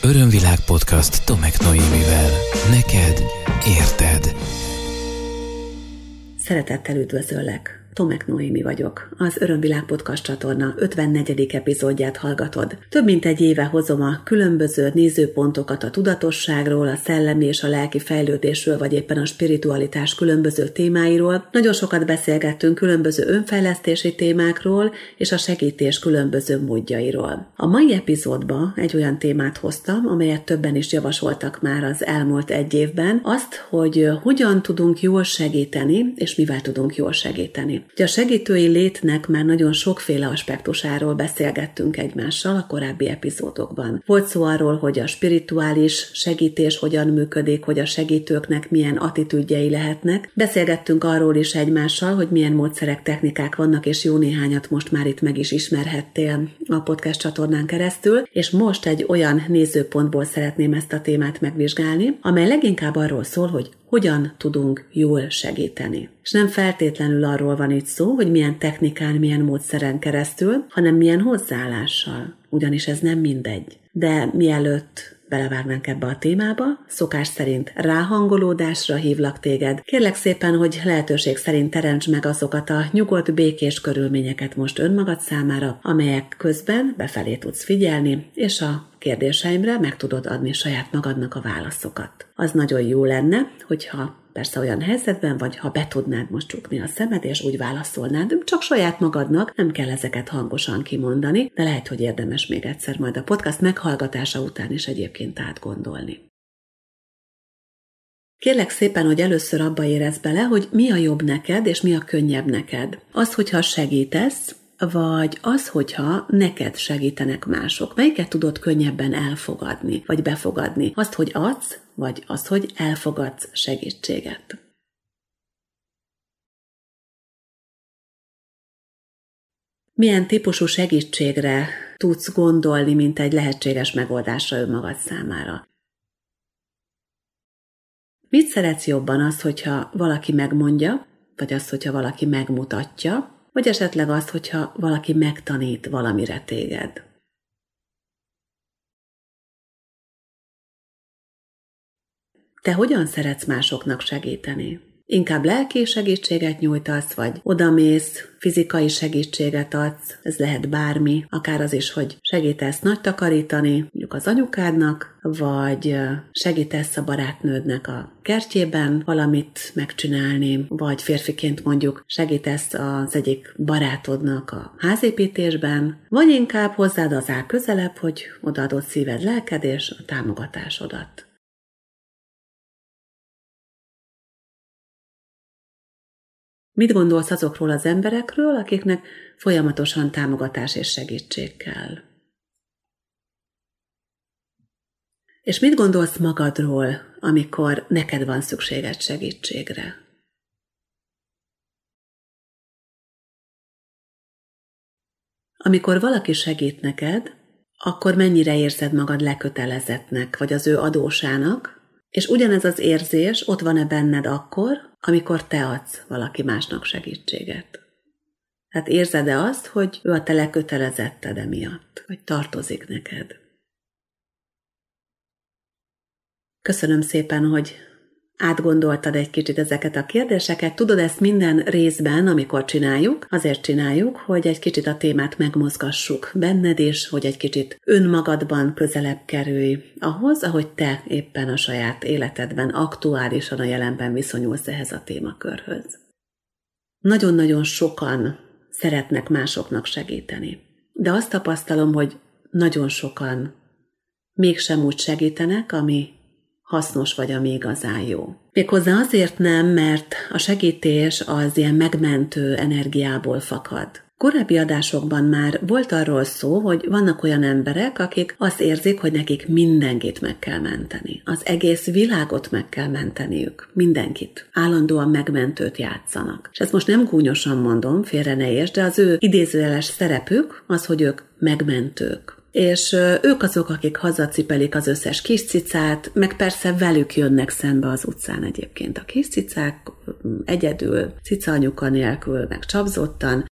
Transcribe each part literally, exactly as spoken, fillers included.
Örömvilág podcast Tomek Noémivel. Neked érted. Szeretettel üdvözöllek. Tomek Noémi vagyok. Az Örömvilág podcast csatorna ötvennegyedik epizódját hallgatod. Több mint egy éve hozom a különböző nézőpontokat a tudatosságról, a szellemi és a lelki fejlődésről, vagy éppen a spiritualitás különböző témáiról. Nagyon sokat beszélgettünk különböző önfejlesztési témákról és a segítés különböző módjairól. A mai epizódban egy olyan témát hoztam, amelyet többen is javasoltak már az elmúlt egy évben, azt, hogy hogyan tudunk jól segíteni, és mivel tudunk jól segíteni. Ugye a segítői létnek már nagyon sokféle aspektusáról beszélgettünk egymással a korábbi epizódokban. Volt szó arról, hogy a spirituális segítés hogyan működik, hogy a segítőknek milyen attitűdjei lehetnek. Beszélgettünk arról is egymással, hogy milyen módszerek, technikák vannak, és jó néhányat most már itt meg is ismerhettél a podcast csatornán keresztül, és most egy olyan nézőpontból szeretném ezt a témát megvizsgálni, amely leginkább arról szól, hogy hogyan tudunk jól segíteni. És nem feltétlenül arról van itt szó, hogy milyen technikán, milyen módszeren keresztül, hanem milyen hozzáállással. Ugyanis ez nem mindegy. De mielőtt belevágnánk ebbe a témába, szokás szerint ráhangolódásra hívlak téged. Kérlek szépen, hogy lehetőség szerint teremtsd meg azokat a nyugodt, békés körülményeket most önmagad számára, amelyek közben befelé tudsz figyelni, és a kérdéseimre meg tudod adni saját magadnak a válaszokat. Az nagyon jó lenne, hogyha persze olyan helyzetben vagy, ha be tudnád most csukni a szemed, és úgy válaszolnád, csak saját magadnak, nem kell ezeket hangosan kimondani, de lehet, hogy érdemes még egyszer majd a podcast meghallgatása után is egyébként átgondolni. Kérlek szépen, hogy először abba érezd bele, hogy mi a jobb neked, és mi a könnyebb neked. Az, hogyha segítesz, vagy az, hogyha neked segítenek mások. Melyiket tudod könnyebben elfogadni, vagy befogadni? Azt, hogy adsz, vagy azt, hogy elfogadsz segítséget. Milyen típusú segítségre tudsz gondolni, mint egy lehetséges megoldásra önmagad számára? Mit szeretsz jobban, azt, hogyha valaki megmondja, vagy azt, hogyha valaki megmutatja, vagy esetleg azt, hogyha valaki megtanít valamire téged? Te hogyan szeretsz másoknak segíteni? Inkább lelki segítséget nyújtasz, vagy odamész, fizikai segítséget adsz, ez lehet bármi, akár az is, hogy segítesz nagy takarítani, mondjuk az anyukádnak, vagy segítesz a barátnődnek a kertjében valamit megcsinálni, vagy férfiként mondjuk segítesz az egyik barátodnak a házépítésben, vagy inkább hozzád az áll közelebb, hogy odaadod szíved, lelked és a támogatásodat. Mit gondolsz azokról az emberekről, akiknek folyamatosan támogatás és segítség kell? És mit gondolsz magadról, amikor neked van szükséged segítségre? Amikor valaki segít neked, akkor mennyire érzed magad lekötelezettnek, vagy az ő adósának, és ugyanez az érzés ott van-e benned akkor, amikor te adsz valaki másnak segítséget? Tehát érzed-e azt, hogy ő a te lekötelezetted emiatt, hogy tartozik neked? Köszönöm szépen, hogy átgondoltad egy kicsit ezeket a kérdéseket. Tudod, ezt minden részben, amikor csináljuk, azért csináljuk, hogy egy kicsit a témát megmozgassuk benned is, hogy egy kicsit önmagadban közelebb kerülj ahhoz, ahogy te éppen a saját életedben aktuálisan a jelenben viszonyulsz ehhez a témakörhöz. Nagyon-nagyon sokan szeretnek másoknak segíteni, de azt tapasztalom, hogy nagyon sokan mégsem úgy segítenek, ami hasznos vagy, ami igazán jó. Méghozzá azért nem, mert a segítés az ilyen megmentő energiából fakad. Korábbi adásokban már volt arról szó, hogy vannak olyan emberek, akik azt érzik, hogy nekik mindenkit meg kell menteni. Az egész világot meg kell menteniük. Mindenkit. Állandóan megmentőt játszanak. És ezt most nem gúnyosan mondom, félre ne értsd, de az ő idézőjeles szerepük az, hogy ők megmentők. És ők azok, akik hazacipelik az összes kis cicát, meg persze velük jönnek szembe az utcán egyébként a kis cicák, egyedül, cicaanyuka nélkül, meg csapzottan.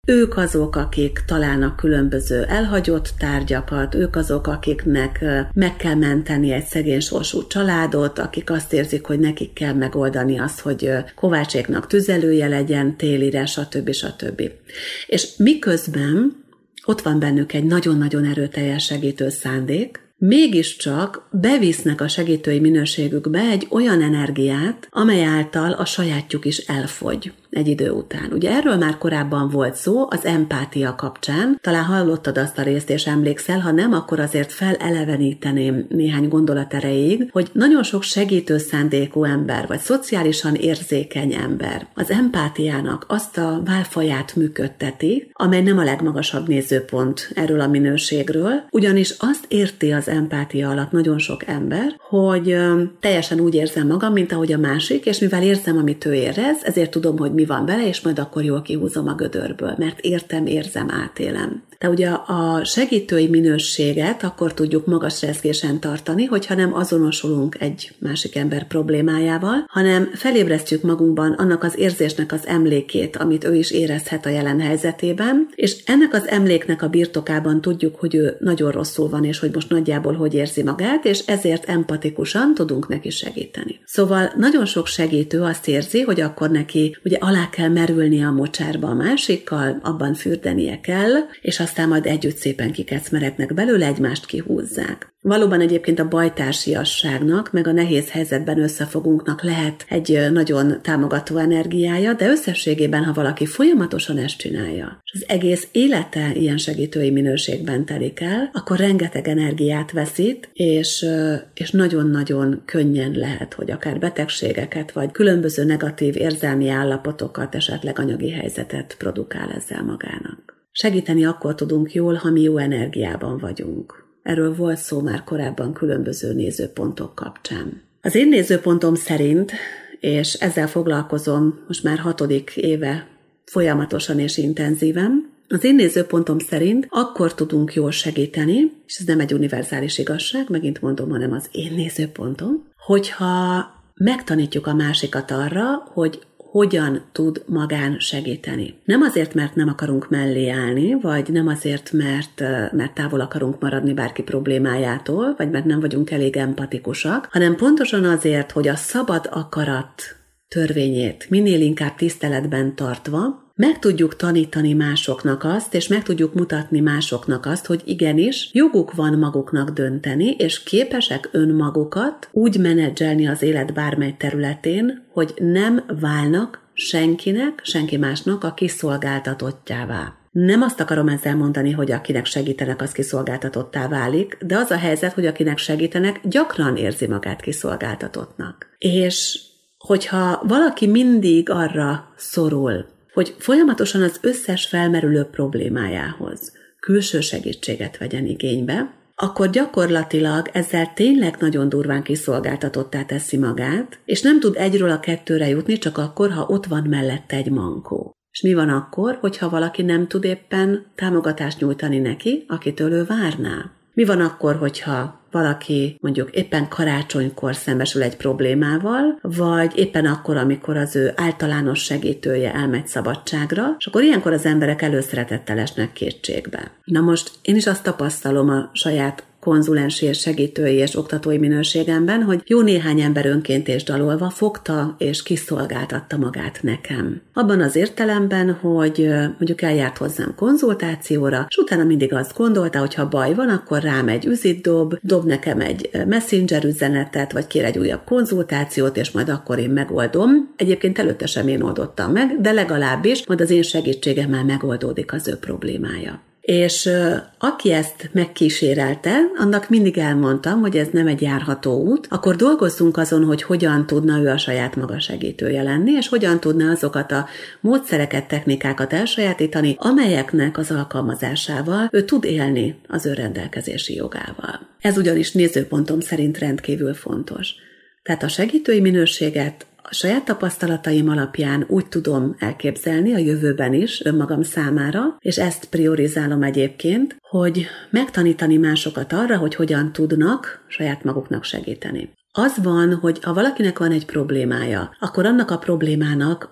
Ők azok, akik találnak különböző elhagyott tárgyakat, ők azok, akiknek meg kell menteni egy szegény sorsú családot, akik azt érzik, hogy nekik kell megoldani azt, hogy Kovácséknak tüzelője legyen télire, stb. stb. És miközben ott van bennük egy nagyon-nagyon erőteljes segítő szándék, mégiscsak bevisznek a segítői minőségükbe egy olyan energiát, amely által a sajátjuk is elfogy egy idő után. Ugye erről már korábban volt szó az empátia kapcsán, talán hallottad azt a részt és emlékszel, ha nem, akkor azért feleleveníteném néhány gondolat erejéig, hogy nagyon sok segítő szándékú ember, vagy szociálisan érzékeny ember az empátiának azt a válfaját működteti, amely nem a legmagasabb nézőpont erről a minőségről, ugyanis azt érti az empátia alatt nagyon sok ember, hogy ö, teljesen úgy érzem magam, mint ahogy a másik, és mivel érzem, amit ő érez, ezért tudom, hogy mi van vele, és majd akkor jól kihúzom a gödörből, mert értem, érzem, átélem. De ugye a segítői minőséget akkor tudjuk magas rezgésen tartani, hogyha nem azonosulunk egy másik ember problémájával, hanem felébresztjük magunkban annak az érzésnek az emlékét, amit ő is érezhet a jelen helyzetében, és ennek az emléknek a birtokában tudjuk, hogy ő nagyon rosszul van, és hogy most nagyjából hogy érzi magát, és ezért empatikusan tudunk neki segíteni. Szóval nagyon sok segítő azt érzi, hogy akkor neki ugye alá kell merülnie a mocsárba a másikkal, abban fürdenie kell, és aztán majd együtt szépen kikecmeregnek belőle, egymást kihúzzák. Valóban egyébként a bajtársiasságnak, meg a nehéz helyzetben összefogunknak lehet egy nagyon támogató energiája, de összességében, ha valaki folyamatosan ezt csinálja, és az egész élete ilyen segítői minőségben telik el, akkor rengeteg energiát veszít, és, és nagyon-nagyon könnyen lehet, hogy akár betegségeket, vagy különböző negatív érzelmi állapotokat, esetleg anyagi helyzetet produkál ezzel magának. Segíteni akkor tudunk jól, ha mi jó energiában vagyunk. Erről volt szó már korábban különböző nézőpontok kapcsán. Az én nézőpontom szerint, és ezzel foglalkozom most már hatodik éve folyamatosan és intenzíven, az én nézőpontom szerint akkor tudunk jól segíteni, és ez nem egy univerzális igazság, megint mondom, hanem az én nézőpontom, hogyha megtanítjuk a másikat arra, hogy hogyan tud magán segíteni. Nem azért, mert nem akarunk mellé állni, vagy nem azért, mert, mert távol akarunk maradni bárki problémájától, vagy mert nem vagyunk elég empatikusak, hanem pontosan azért, hogy a szabad akarat törvényét minél inkább tiszteletben tartva, meg tudjuk tanítani másoknak azt, és meg tudjuk mutatni másoknak azt, hogy igenis, joguk van maguknak dönteni, és képesek önmagukat úgy menedzselni az élet bármely területén, hogy nem válnak senkinek, senki másnak a kiszolgáltatottjává. Nem azt akarom ezzel mondani, hogy akinek segítenek, az kiszolgáltatottá válik, de az a helyzet, hogy akinek segítenek, gyakran érzi magát kiszolgáltatottnak. És hogyha valaki mindig arra szorul, hogy folyamatosan az összes felmerülő problémájához külső segítséget vegyen igénybe, akkor gyakorlatilag ezzel tényleg nagyon durván kiszolgáltatottá teszi magát, és nem tud egyről a kettőre jutni csak akkor, ha ott van mellette egy mankó. És mi van akkor, hogyha valaki nem tud éppen támogatást nyújtani neki, akitől ő várná? Mi van akkor, hogyha valaki mondjuk éppen karácsonykor szembesül egy problémával, vagy éppen akkor, amikor az ő általános segítője elmegy szabadságra, és akkor ilyenkor az emberek előszeretettel esnek kétségbe. Na most én is azt tapasztalom a saját konzulensi és segítői és oktatói minőségemben, hogy jó néhány ember önként és dalolva fogta és kiszolgáltatta magát nekem. Abban az értelemben, hogy mondjuk eljárt hozzám konzultációra, és utána mindig azt gondolta, hogy ha baj van, akkor rám egy üzit dob, dob nekem egy messenger üzenetet, vagy kér egy újabb konzultációt, és majd akkor én megoldom. Egyébként előtte sem én oldottam meg, de legalábbis majd az én segítségemmel megoldódik az ő problémája. És uh, aki ezt megkísérelte, annak mindig elmondtam, hogy ez nem egy járható út, akkor dolgozzunk azon, hogy hogyan tudna ő a saját maga segítője lenni, és hogyan tudna azokat a módszereket, technikákat elsajátítani, amelyeknek az alkalmazásával ő tud élni az önrendelkezési jogával. Ez ugyanis nézőpontom szerint rendkívül fontos. Tehát a segítői minőséget a saját tapasztalataim alapján úgy tudom elképzelni a jövőben is önmagam számára, és ezt priorizálom egyébként, hogy megtanítani másokat arra, hogy hogyan tudnak saját maguknak segíteni. Az van, hogy ha valakinek van egy problémája, akkor annak a problémának a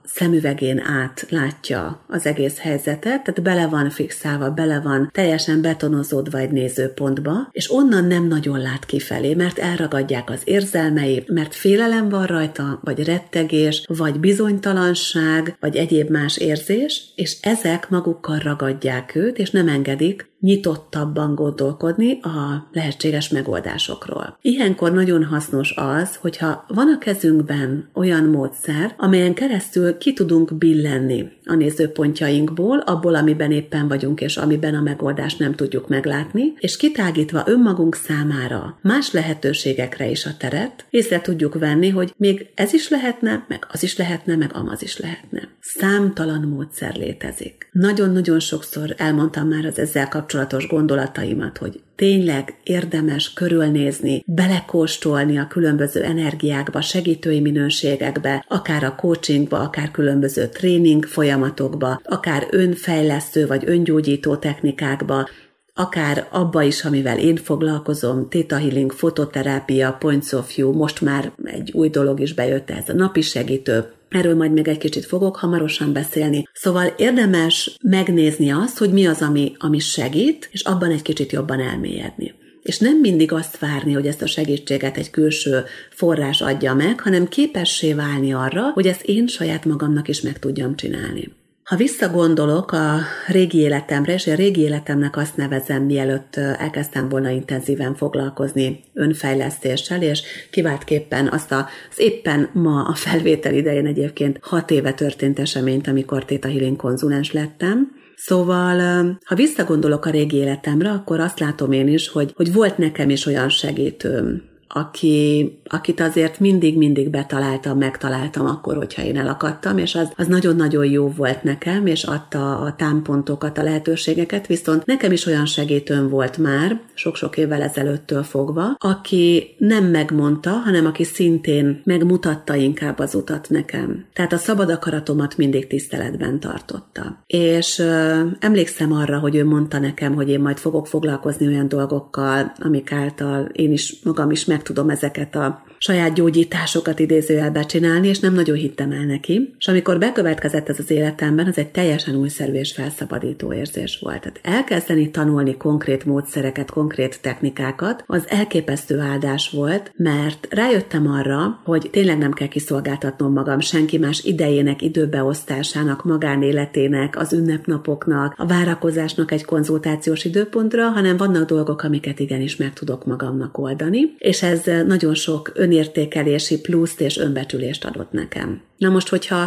szemüvegén át látja az egész helyzetet, tehát bele van fixálva, bele van teljesen betonozódva egy nézőpontba, és onnan nem nagyon lát kifelé, mert elragadják az érzelmei, mert félelem van rajta, vagy rettegés, vagy bizonytalanság, vagy egyéb más érzés, és ezek magukkal ragadják őt, és nem engedik nyitottabban gondolkodni a lehetséges megoldásokról. Ilyenkor nagyon hasznos az, hogyha van a kezünkben olyan módszer, amelyen keresztül ki tudunk billenni a nézőpontjainkból, abból, amiben éppen vagyunk, és amiben a megoldást nem tudjuk meglátni, és kitágítva önmagunk számára más lehetőségekre is a teret, észre tudjuk venni, hogy még ez is lehetne, meg az is lehetne, meg amaz is lehetne. Számtalan módszer létezik. Nagyon-nagyon sokszor elmondtam már az ezzel kapcsolatos gondolataimat, hogy tényleg érdemes körülnézni, belekóstolni a különböző energiákba, segítői minőségekbe, akár a coachingba, akár különböző tréning folyamatokba, akár önfejlesztő vagy öngyógyító technikákba, akár abba is, amivel én foglalkozom, Theta Healing, fototerápia, Points of View, most már egy új dolog is bejött, ez a napi segítő. Erről majd még egy kicsit fogok hamarosan beszélni. Szóval érdemes megnézni azt, hogy mi az, ami, ami segít, és abban egy kicsit jobban elmélyedni. És nem mindig azt várni, hogy ezt a segítséget egy külső forrás adja meg, hanem képessé válni arra, hogy ezt én saját magamnak is meg tudjam csinálni. Ha visszagondolok a régi életemre, és a régi életemnek azt nevezem, mielőtt elkezdtem volna intenzíven foglalkozni önfejlesztéssel, és kiváltképpen azt az éppen ma a felvétel idején egyébként hat éve történt eseményt, amikor Theta Healing konzulens lettem. Szóval, ha visszagondolok a régi életemre, akkor azt látom én is, hogy, hogy volt nekem is olyan segítőm, aki, akit azért mindig-mindig betaláltam, megtaláltam akkor, hogyha én elakadtam, és az, az nagyon-nagyon jó volt nekem, és adta a támpontokat, a lehetőségeket, viszont nekem is olyan segítőm volt már, sok-sok évvel ezelőttől fogva, aki nem megmondta, hanem aki szintén megmutatta inkább az utat nekem. Tehát a szabad akaratomat mindig tiszteletben tartotta. És ö, emlékszem arra, hogy ő mondta nekem, hogy én majd fogok foglalkozni olyan dolgokkal, amik által én is magam is meg tudom ezeket a saját gyógyításokat idézőjelbe csinálni, és nem nagyon hittem el neki. És amikor bekövetkezett ez az életemben, az egy teljesen újszerű és felszabadító érzés volt. Tehát elkezdeni tanulni konkrét módszereket, konkrét technikákat, az elképesztő áldás volt, mert rájöttem arra, hogy tényleg nem kell kiszolgáltatnom magam senki más idejének, időbeosztásának, magánéletének, az ünnepnapoknak, a várakozásnak egy konzultációs időpontra, hanem vannak dolgok, amiket igenis meg tudok magamnak oldani, és ez nagyon sok önértékelési pluszt és önbecsülést adott nekem. Na most, hogyha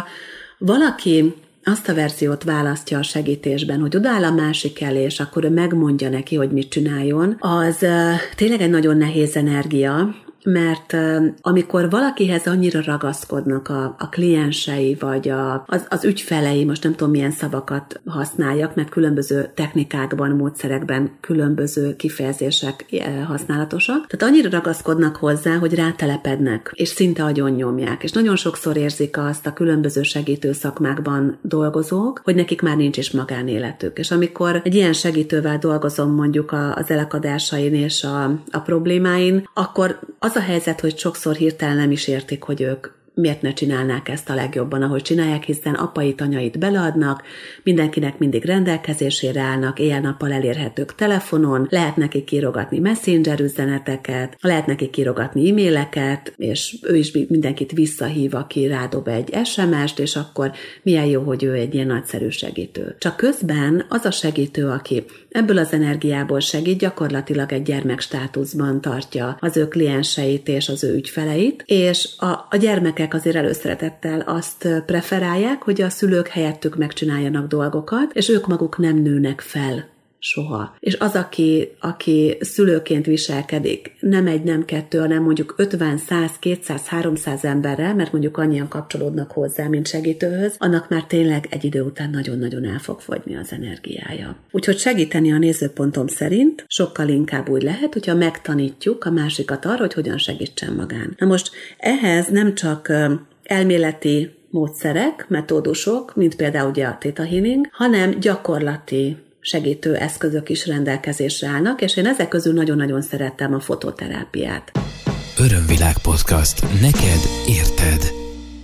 valaki azt a verziót választja a segítésben, hogy odaáll a másik elé, és akkor ő megmondja neki, hogy mit csináljon, az tényleg egy nagyon nehéz energia, mert uh, amikor valakihez annyira ragaszkodnak a, a kliensei, vagy a, az, az ügyfelei, most nem tudom milyen szavakat használjak, mert különböző technikákban, módszerekben különböző kifejezések használatosak. Tehát annyira ragaszkodnak hozzá, hogy rátelepednek, és szinte agyonnyomják. És nagyon sokszor érzik azt a különböző segítő szakmákban dolgozók, hogy nekik már nincs is magánéletük. És amikor egy ilyen segítővel dolgozom mondjuk a, az elakadásain és a, a problémáin, akkor az a helyzet, hogy sokszor hirtelen nem is értik, hogy ők miért ne csinálnák ezt a legjobban, ahogy csinálják, hiszen apait, anyait beleadnak, mindenkinek mindig rendelkezésére állnak, éjjel-nappal elérhetők telefonon, lehet nekik kírogatni messenger üzeneteket, lehet nekik kírogatni e-maileket, és ő is mindenkit visszahív, aki rádob egy es em est, és akkor milyen jó, hogy ő egy ilyen nagyszerű segítő. Csak közben az a segítő, aki ebből az energiából segít, gyakorlatilag egy gyermek státuszban tartja az ő klienseit és az ő ügyfeleit, és a, a gyermekek azért előszeretettel azt preferálják, hogy a szülők helyettük megcsináljanak dolgokat, és ők maguk nem nőnek fel soha. És az, aki, aki szülőként viselkedik, nem egy, nem kettő, hanem mondjuk ötven, száz, kétszáz, háromszáz emberrel, mert mondjuk annyian kapcsolódnak hozzá, mint segítőhöz, annak már tényleg egy idő után nagyon-nagyon el fog fogyni az energiája. Úgyhogy segíteni a nézőpontom szerint sokkal inkább úgy lehet, hogyha megtanítjuk a másikat arra, hogy hogyan segítsen magán. Na most ehhez nem csak elméleti módszerek, metódusok, mint például ugye a Theta Healing, hanem gyakorlati segítő eszközök is rendelkezésre állnak, és én ezek közül nagyon-nagyon szerettem a fototerápiát. Örömvilág podcast. Neked érted.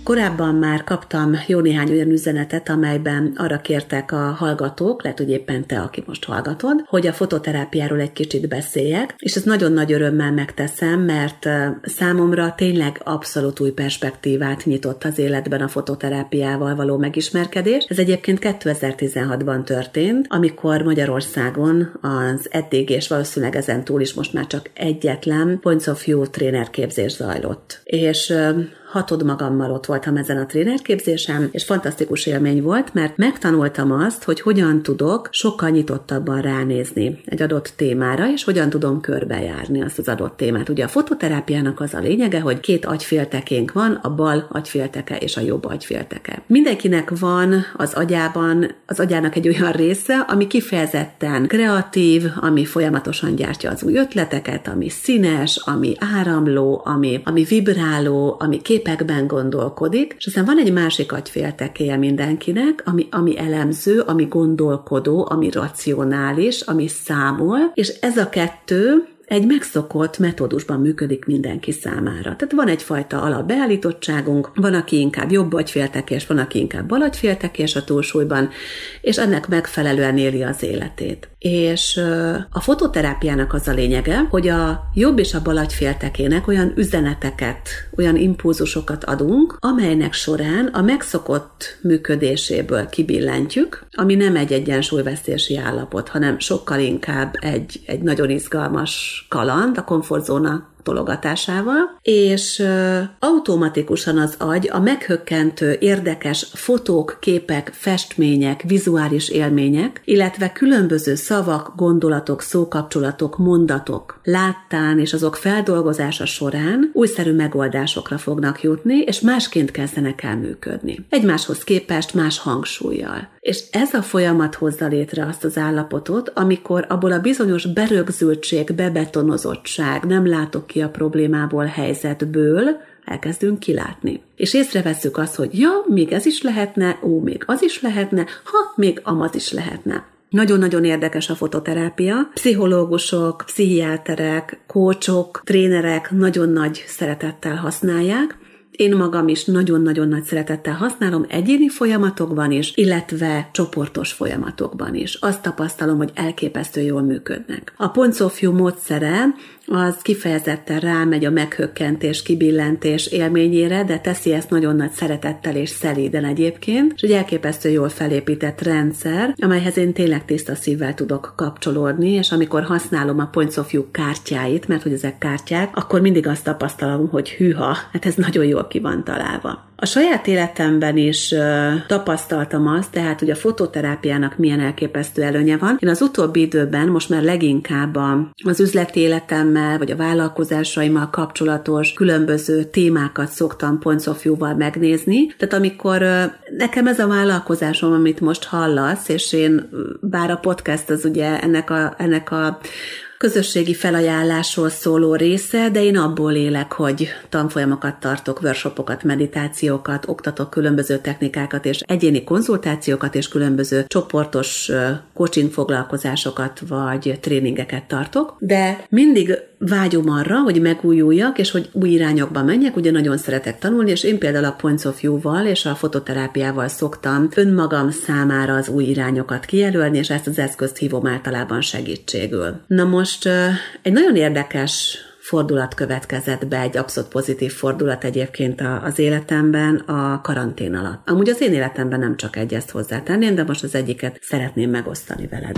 Korábban már kaptam jó néhány olyan üzenetet, amelyben arra kértek a hallgatók, lehet, hogy éppen te, aki most hallgatod, hogy a fototerápiáról egy kicsit beszéljek, és ezt nagyon nagy örömmel megteszem, mert számomra tényleg abszolút új perspektívát nyitott az életben a fototerápiával való megismerkedés. Ez egyébként kétezer-tizenhatban történt, amikor Magyarországon az eddig és valószínűleg ezen túl is most már csak egyetlen Points of View trénerképzés zajlott. És hatod magammal ott voltam ezen a trénerképzésen, és fantasztikus élmény volt, mert megtanultam azt, hogy hogyan tudok sokkal nyitottabban ránézni egy adott témára, és hogyan tudom körbejárni azt az adott témát. Ugye a fototerápiának az a lényege, hogy két agyféltekénk van, a bal agyfélteke és a jobb agyfélteke. Mindenkinek van az agyában, az agyának egy olyan része, ami kifejezetten kreatív, ami folyamatosan gyártja az új ötleteket, ami színes, ami áramló, ami, ami vibráló, ami kép képekben gondolkodik, és aztán van egy másik agyféltekéje mindenkinek, ami, ami elemző, ami gondolkodó, ami racionális, ami számol, és ez a kettő egy megszokott metódusban működik mindenki számára. Tehát van egyfajta alapbeállítottságunk, van, aki inkább jobb agyféltekés, van, aki inkább bal agyféltekés a túlsúlyban, és ennek megfelelően éli az életét. És a fototerápiának az a lényege, hogy a jobb és a bal agyféltekének olyan üzeneteket, olyan impulzusokat adunk, amelynek során a megszokott működéséből kibillentjük, ami nem egy egyensúlyvesztési állapot, hanem sokkal inkább egy, egy nagyon izgalmas kaland a komfortzóna tologatásával, és uh, automatikusan az agy a meghökkentő, érdekes fotók, képek, festmények, vizuális élmények, illetve különböző szavak, gondolatok, szókapcsolatok, mondatok láttán és azok feldolgozása során újszerű megoldásokra fognak jutni, és másként kezdenek el működni. Egymáshoz képest más hangsúllyal. És ez a folyamat hozza létre azt az állapotot, amikor abból a bizonyos berögzültség, bebetonozottság, nem látok ki a problémából, helyzetből elkezdünk kilátni. És észrevesszük azt, hogy ja, még ez is lehetne, ó, még az is lehetne, ha, még amaz is lehetne. Nagyon-nagyon érdekes a fototerápia. Pszichológusok, pszichiáterek, kócsok, trénerek nagyon nagy szeretettel használják. Én magam is nagyon-nagyon nagy szeretettel használom egyéni folyamatokban is, illetve csoportos folyamatokban is. Azt tapasztalom, hogy elképesztő jól működnek. A Points of View módszere az kifejezetten rámegy a meghökkentés, kibillentés élményére, de teszi ezt nagyon nagy szeretettel és szelíden egyébként, és egy elképesztő jól felépített rendszer, amelyhez én tényleg tiszta szívvel tudok kapcsolódni, és amikor használom a Points of View kártyáit, mert hogy ezek kártyák, akkor mindig azt tapasztalom, hogy hűha, hát ez nagyon jól ki van találva. A saját életemben is uh, tapasztaltam azt, tehát, hogy a fototerápiának milyen elképesztő előnye van. Én az utóbbi időben most már leginkább a, az üzleti életemmel, vagy a vállalkozásaimmal kapcsolatos különböző témákat szoktam Points of View-val megnézni. Tehát amikor uh, nekem ez a vállalkozásom, amit most hallasz, és én, bár a podcast az ugye ennek a, ennek a közösségi felajánlásról szóló része, de én abból élek, hogy tanfolyamokat tartok, workshopokat, meditációkat, oktatok különböző technikákat és egyéni konzultációkat és különböző csoportos coaching foglalkozásokat vagy tréningeket tartok, de mindig vágyom arra, hogy megújuljak, és hogy új irányokba menjek, ugye nagyon szeretek tanulni, és én például a Points of View-val és a fototerápiával szoktam önmagam számára az új irányokat kijelölni, és ezt az eszközt hívom általában segítségül. Na most egy nagyon érdekes fordulat következett be, egy abszolút pozitív fordulat egyébként az életemben a karantén alatt. Amúgy az én életemben nem csak egy, ezt hozzátenném, de most az egyiket szeretném megosztani veled.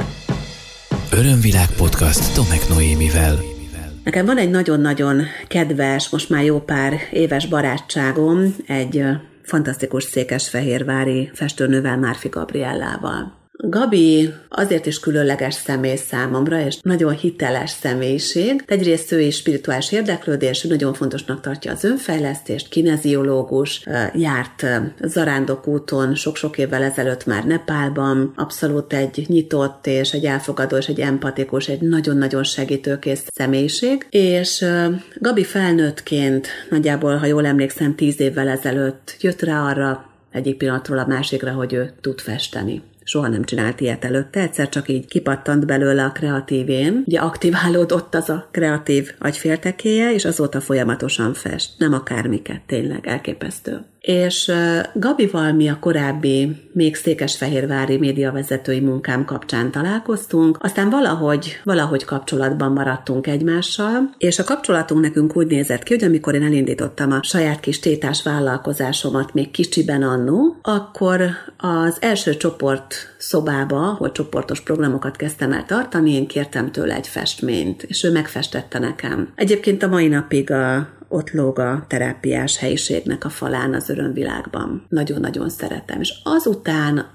Örömvilág podcast Tomek Noémivel. Nekem van egy nagyon-nagyon kedves, most már jó pár éves barátságom, egy fantasztikus székesfehérvári festőnővel, Márfi Gabriellával. Gabi azért is különleges személy számomra, és nagyon hiteles személyiség. Egyrészt ő is spirituális érdeklődésű, nagyon fontosnak tartja az önfejlesztést, kineziológus, járt zarándokúton sok-sok évvel ezelőtt már Nepálban, abszolút egy nyitott és egy elfogadó és egy empatikus, egy nagyon-nagyon segítőkész személyiség, és Gabi felnőttként, nagyjából, ha jól emlékszem, tíz évvel ezelőtt jött rá arra egyik pillanatról a másikra, hogy ő tud festeni. Soha nem csinált ilyet előtte, egyszer csak így kipattant belőle a kreatív én. Ugye aktiválódott az a kreatív agyféltekéje, és azóta folyamatosan fest. Nem akármiket, tényleg elképesztő. És Gabival mi a korábbi, még székesfehérvári médiavezetői munkám kapcsán találkoztunk, aztán valahogy, valahogy kapcsolatban maradtunk egymással, és a kapcsolatunk nekünk úgy nézett ki, hogy amikor én elindítottam a saját kis tétás vállalkozásomat még kicsiben annó, akkor az első csoport szobába, hogy csoportos programokat kezdtem el tartani, én kértem tőle egy festményt, és ő megfestette nekem. Egyébként a mai napig a ott lóg a terápiás helyiségnek a falán az Örömvilágban. Nagyon-nagyon szeretem. És azután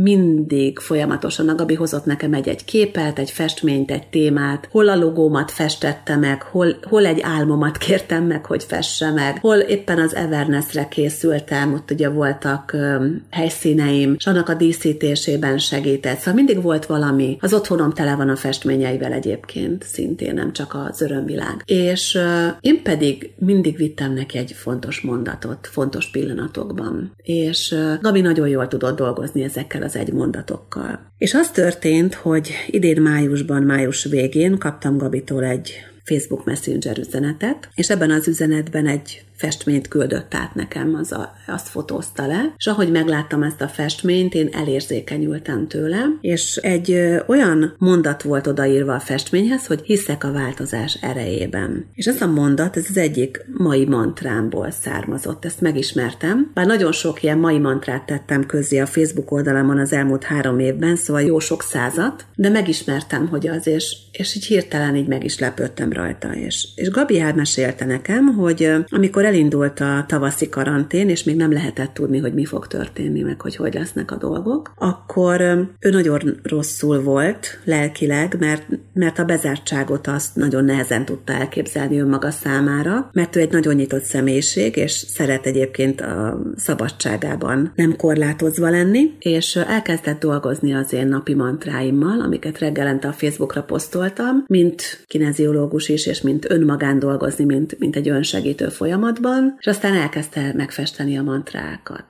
mindig folyamatosan a Gabi hozott nekem egy-egy képet, egy festményt, egy témát, hol a logómat festette meg, hol, hol egy álmomat kértem meg, hogy fesse meg, hol éppen az Evernessre készültem, ott ugye voltak um, helyszíneim, és annak a díszítésében segített. Szóval mindig volt valami. Az otthonom tele van a festményeivel egyébként, szintén nem csak az Örömvilág. És uh, én pedig mindig vittem neki egy fontos mondatot, fontos pillanatokban. És uh, Gabi nagyon jól tudott dolgozni ezekkel az egymondatokkal. És az történt, hogy idén májusban, május végén kaptam Gabitól egy Facebook Messenger üzenetet, és ebben az üzenetben egy festményt küldött át nekem, az a, azt fotózta le, és ahogy megláttam ezt a festményt, én elérzékenyültem tőle, és egy ö, olyan mondat volt odaírva a festményhez, hogy hiszek a változás erejében. És ez a mondat, ez az egyik mai mantrámból származott, ezt megismertem, bár nagyon sok ilyen mai mantrát tettem közzé a Facebook oldalamon az elmúlt három évben, szóval jó sok százat, de megismertem, hogy az, és, és így hirtelen így meg is lepődtem rajta. És, és Gabi elmesélte nekem, hogy ö, amikor elindult a tavaszi karantén, és még nem lehetett tudni, hogy mi fog történni, meg hogy hogy lesznek a dolgok, akkor ő nagyon rosszul volt lelkileg, mert, mert a bezártságot azt nagyon nehezen tudta elképzelni önmaga számára, mert ő egy nagyon nyitott személyiség, és szeret egyébként a szabadságában nem korlátozva lenni, és elkezdett dolgozni az én napi mantráimmal, amiket reggelente a Facebookra posztoltam, mint kineziológus is, és mint önmagán dolgozni, mint, mint egy önsegítő folyamat, és aztán elkezdte megfesteni a mantrákat.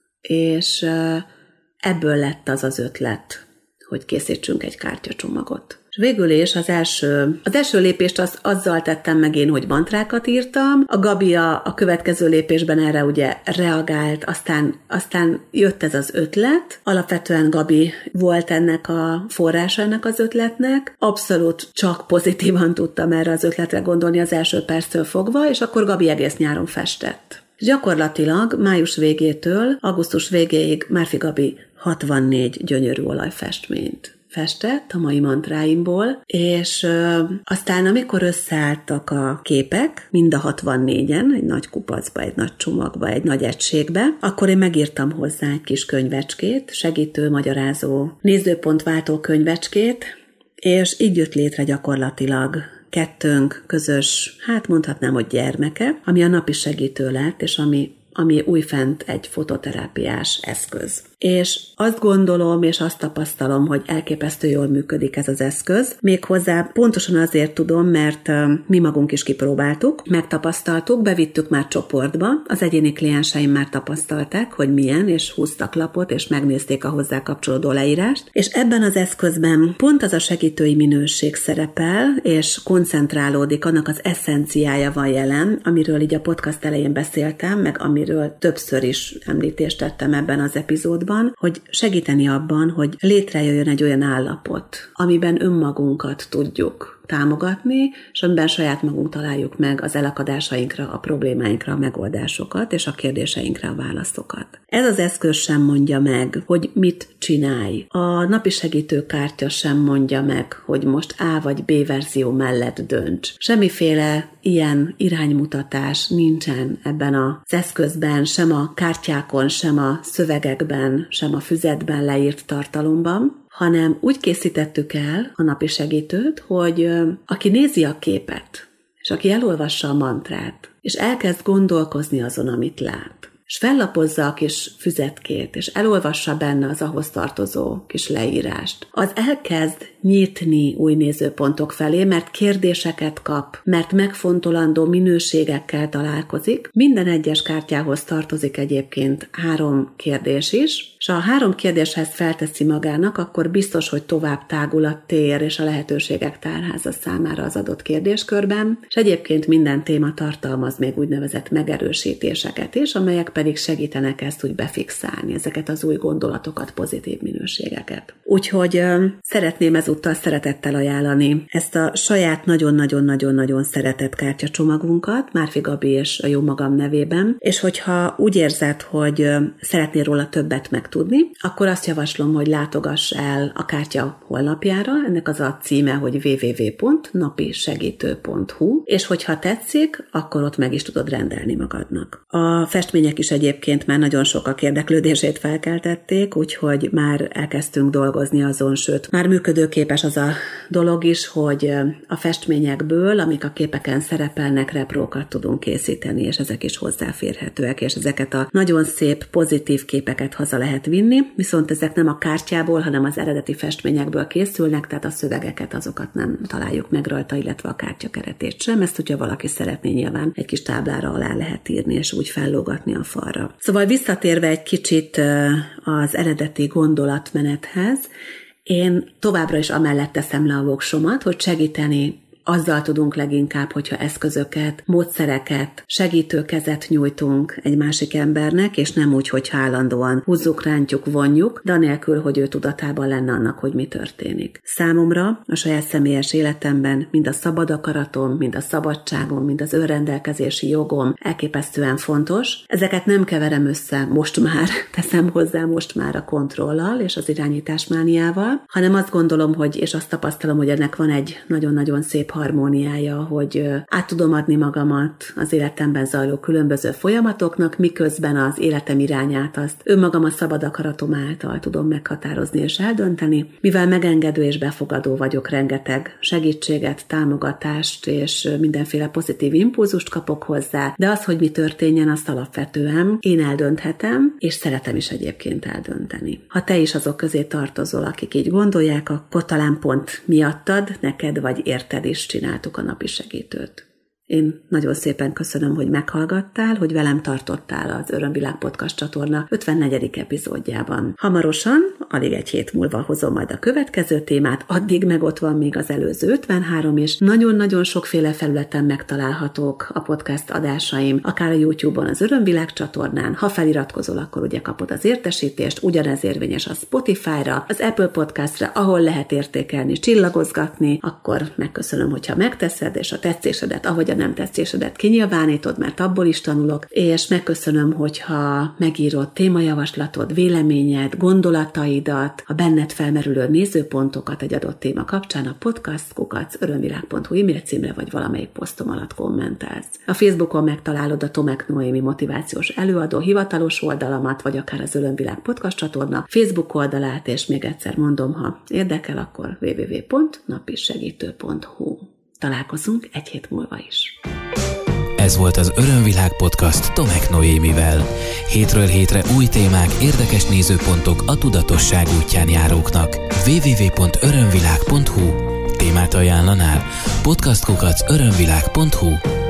És ebből lett az az ötlet, hogy készítsünk egy kártyacsomagot. És végül is az első, az első lépést az, azzal tettem meg én, hogy mantrákat írtam. A Gabi a, a következő lépésben erre ugye reagált, aztán, aztán jött ez az ötlet. Alapvetően Gabi volt ennek a forrása ennek az ötletnek. Abszolút csak pozitívan tudtam erre az ötletre gondolni az első perctől fogva, és akkor Gabi egész nyáron festett. És gyakorlatilag május végétől augusztus végéig Márfi Gabi hatvannégy gyönyörű olajfestményt festett a mai mantráimból, és ö, aztán amikor összeálltak a képek, mind a hatvannégyen, egy nagy kupacba, egy nagy csomagba, egy nagy egységbe, akkor én megírtam hozzá egy kis könyvecskét, segítő, magyarázó, nézőpontváltó könyvecskét, és így jött létre gyakorlatilag kettőnk közös, hát mondhatnám, hogy gyermeke, ami a napi segítő lett, és ami, ami újfent egy fototerápiás eszköz. És azt gondolom, és azt tapasztalom, hogy elképesztő jól működik ez az eszköz. Méghozzá pontosan azért tudom, mert mi magunk is kipróbáltuk, megtapasztaltuk, bevittük már csoportba, az egyéni klienseim már tapasztalták, hogy milyen, és húztak lapot, és megnézték a hozzá kapcsolódó leírást, és ebben az eszközben pont az a segítői minőség szerepel, és koncentrálódik, annak az eszenciája van jelen, amiről így a podcast elején beszéltem, meg amiről többször is említést tettem ebben az epizódban, hogy segíteni abban, hogy létrejöjjön egy olyan állapot, amiben önmagunkat tudjuk támogatni, és amiben saját magunk találjuk meg az elakadásainkra, a problémáinkra a megoldásokat, és a kérdéseinkre a válaszokat. Ez az eszköz sem mondja meg, hogy mit csinálj. A napi segítőkártya sem mondja meg, hogy most A vagy B verzió mellett dönts. Semmiféle ilyen iránymutatás nincsen ebben az eszközben, sem a kártyákon, sem a szövegekben, sem a füzetben leírt tartalomban, hanem úgy készítettük el a napi segítőt, hogy aki nézi a képet, és aki elolvassa a mantrát, és elkezd gondolkozni azon, amit lát, és fellapozza a kis füzetkét, és elolvassa benne az ahhoz tartozó kis leírást, az elkezd nyitni új nézőpontok felé, mert kérdéseket kap, mert megfontolandó minőségekkel találkozik. Minden egyes kártyához tartozik egyébként három kérdés is, és ha a három kérdéshez felteszi magának, akkor biztos, hogy tovább tágul a tér és a lehetőségek tárháza számára az adott kérdéskörben, és egyébként minden téma tartalmaz még úgynevezett megerősítéseket is, amelyek pedig pedig segítenek ezt úgy befixálni, ezeket az új gondolatokat, pozitív minőségeket. Úgyhogy ö, szeretném ezúttal szeretettel ajánlani ezt a saját nagyon-nagyon-nagyon-nagyon szeretett kártyacsomagunkat, Márfi Gabi és a jó magam nevében, és hogyha úgy érzed, hogy ö, szeretnél róla többet megtudni, akkor azt javaslom, hogy látogass el a kártya honlapjára, ennek az a címe, hogy double-u double-u double-u pont napi segítő pont hu, és hogyha tetszik, akkor ott meg is tudod rendelni magadnak. A festmények is egyébként már nagyon sokak érdeklődését felkeltették, úgyhogy már elkezdtünk dolgozni azon, sőt, már működőképes az a dolog is, hogy a festményekből, amik a képeken szerepelnek, reprókat tudunk készíteni, és ezek is hozzáférhetőek, és ezeket a nagyon szép, pozitív képeket haza lehet vinni, viszont ezek nem a kártyából, hanem az eredeti festményekből készülnek, tehát a szövegeket, azokat nem találjuk meg rajta, illetve a kártyakeretét sem. Ezt, hogyha valaki szeretné, nyilván egy kis táblára alá lehet írni, és úgy fellógatni a falra. Szóval visszatérve egy kicsit az eredeti gondolatmenethez, én továbbra is amellett teszem le a voksomat, hogy segíteni azzal tudunk leginkább, hogyha eszközöket, módszereket, segítőkezet nyújtunk egy másik embernek, és nem úgy, hogy állandóan húzzuk, rántjuk, vonjuk, de anélkül, hogy ő tudatában lenne annak, hogy mi történik. Számomra a saját személyes életemben mind a szabad akaratom, mind a szabadságom, mind az önrendelkezési jogom elképesztően fontos. Ezeket nem keverem össze, most már teszem hozzá most már a kontrollal és az irányításmániával, hanem azt gondolom, hogy, és azt tapasztalom, hogy ennek van egy nagyon-nagyon szép harmóniája, hogy át tudom adni magamat az életemben zajló különböző folyamatoknak, miközben az életem irányát azt önmagam a szabad akaratom által tudom meghatározni és eldönteni, mivel megengedő és befogadó vagyok, rengeteg segítséget, támogatást és mindenféle pozitív impulzust kapok hozzá, de az, hogy mi történjen, azt alapvetően én eldönthetem, és szeretem is egyébként eldönteni. Ha te is azok közé tartozol, akik így gondolják, akkor talán pont miattad, neked vagy érted is csináltuk a napi segítőt. Én nagyon szépen köszönöm, hogy meghallgattál, hogy velem tartottál az Örömvilág Podcast csatorna ötvennegyedik epizódjában. Hamarosan, alig egy hét múlva hozom majd a következő témát, addig meg ott van még az előző ötvenhárom, és nagyon-nagyon sokféle felületen megtalálhatók a podcast adásaim, akár a YouTube-on az Örömvilág csatornán. Ha feliratkozol, akkor ugye kapod az értesítést, ugyanez érvényes a Spotify-ra, az Apple Podcast-ra, ahol lehet értékelni, csillagozgatni, akkor megköszönöm, hogyha megteszed, és a tetszésedet, ahogy a nem tetszésedet kinyilvánítod, mert abból is tanulok, és megköszönöm, hogyha megírod témajavaslatod, véleményed, gondolataidat, a benned felmerülő nézőpontokat egy adott téma kapcsán a podcast kukac örömvilág pont hu e-mail címre vagy valamelyik posztom alatt kommentálsz. A Facebookon megtalálod a Tomek Noémi motivációs előadó hivatalos oldalamat, vagy akár az Örömvilág Podcast csatorna Facebook oldalát, és még egyszer mondom, ha érdekel, akkor double-u double-u double-u pont napisegítő pont hu. Találkozunk egy hét múlva is. Ez volt az Örömvilág Podcast Tomek Noémivel. Hétről hétre új témák, érdekes nézőpontok a tudatosság útján járóknak. double-u double-u double-u pont örömvilág pont hu. Témát ajánlanál? podcast kukac örömvilág pont hu.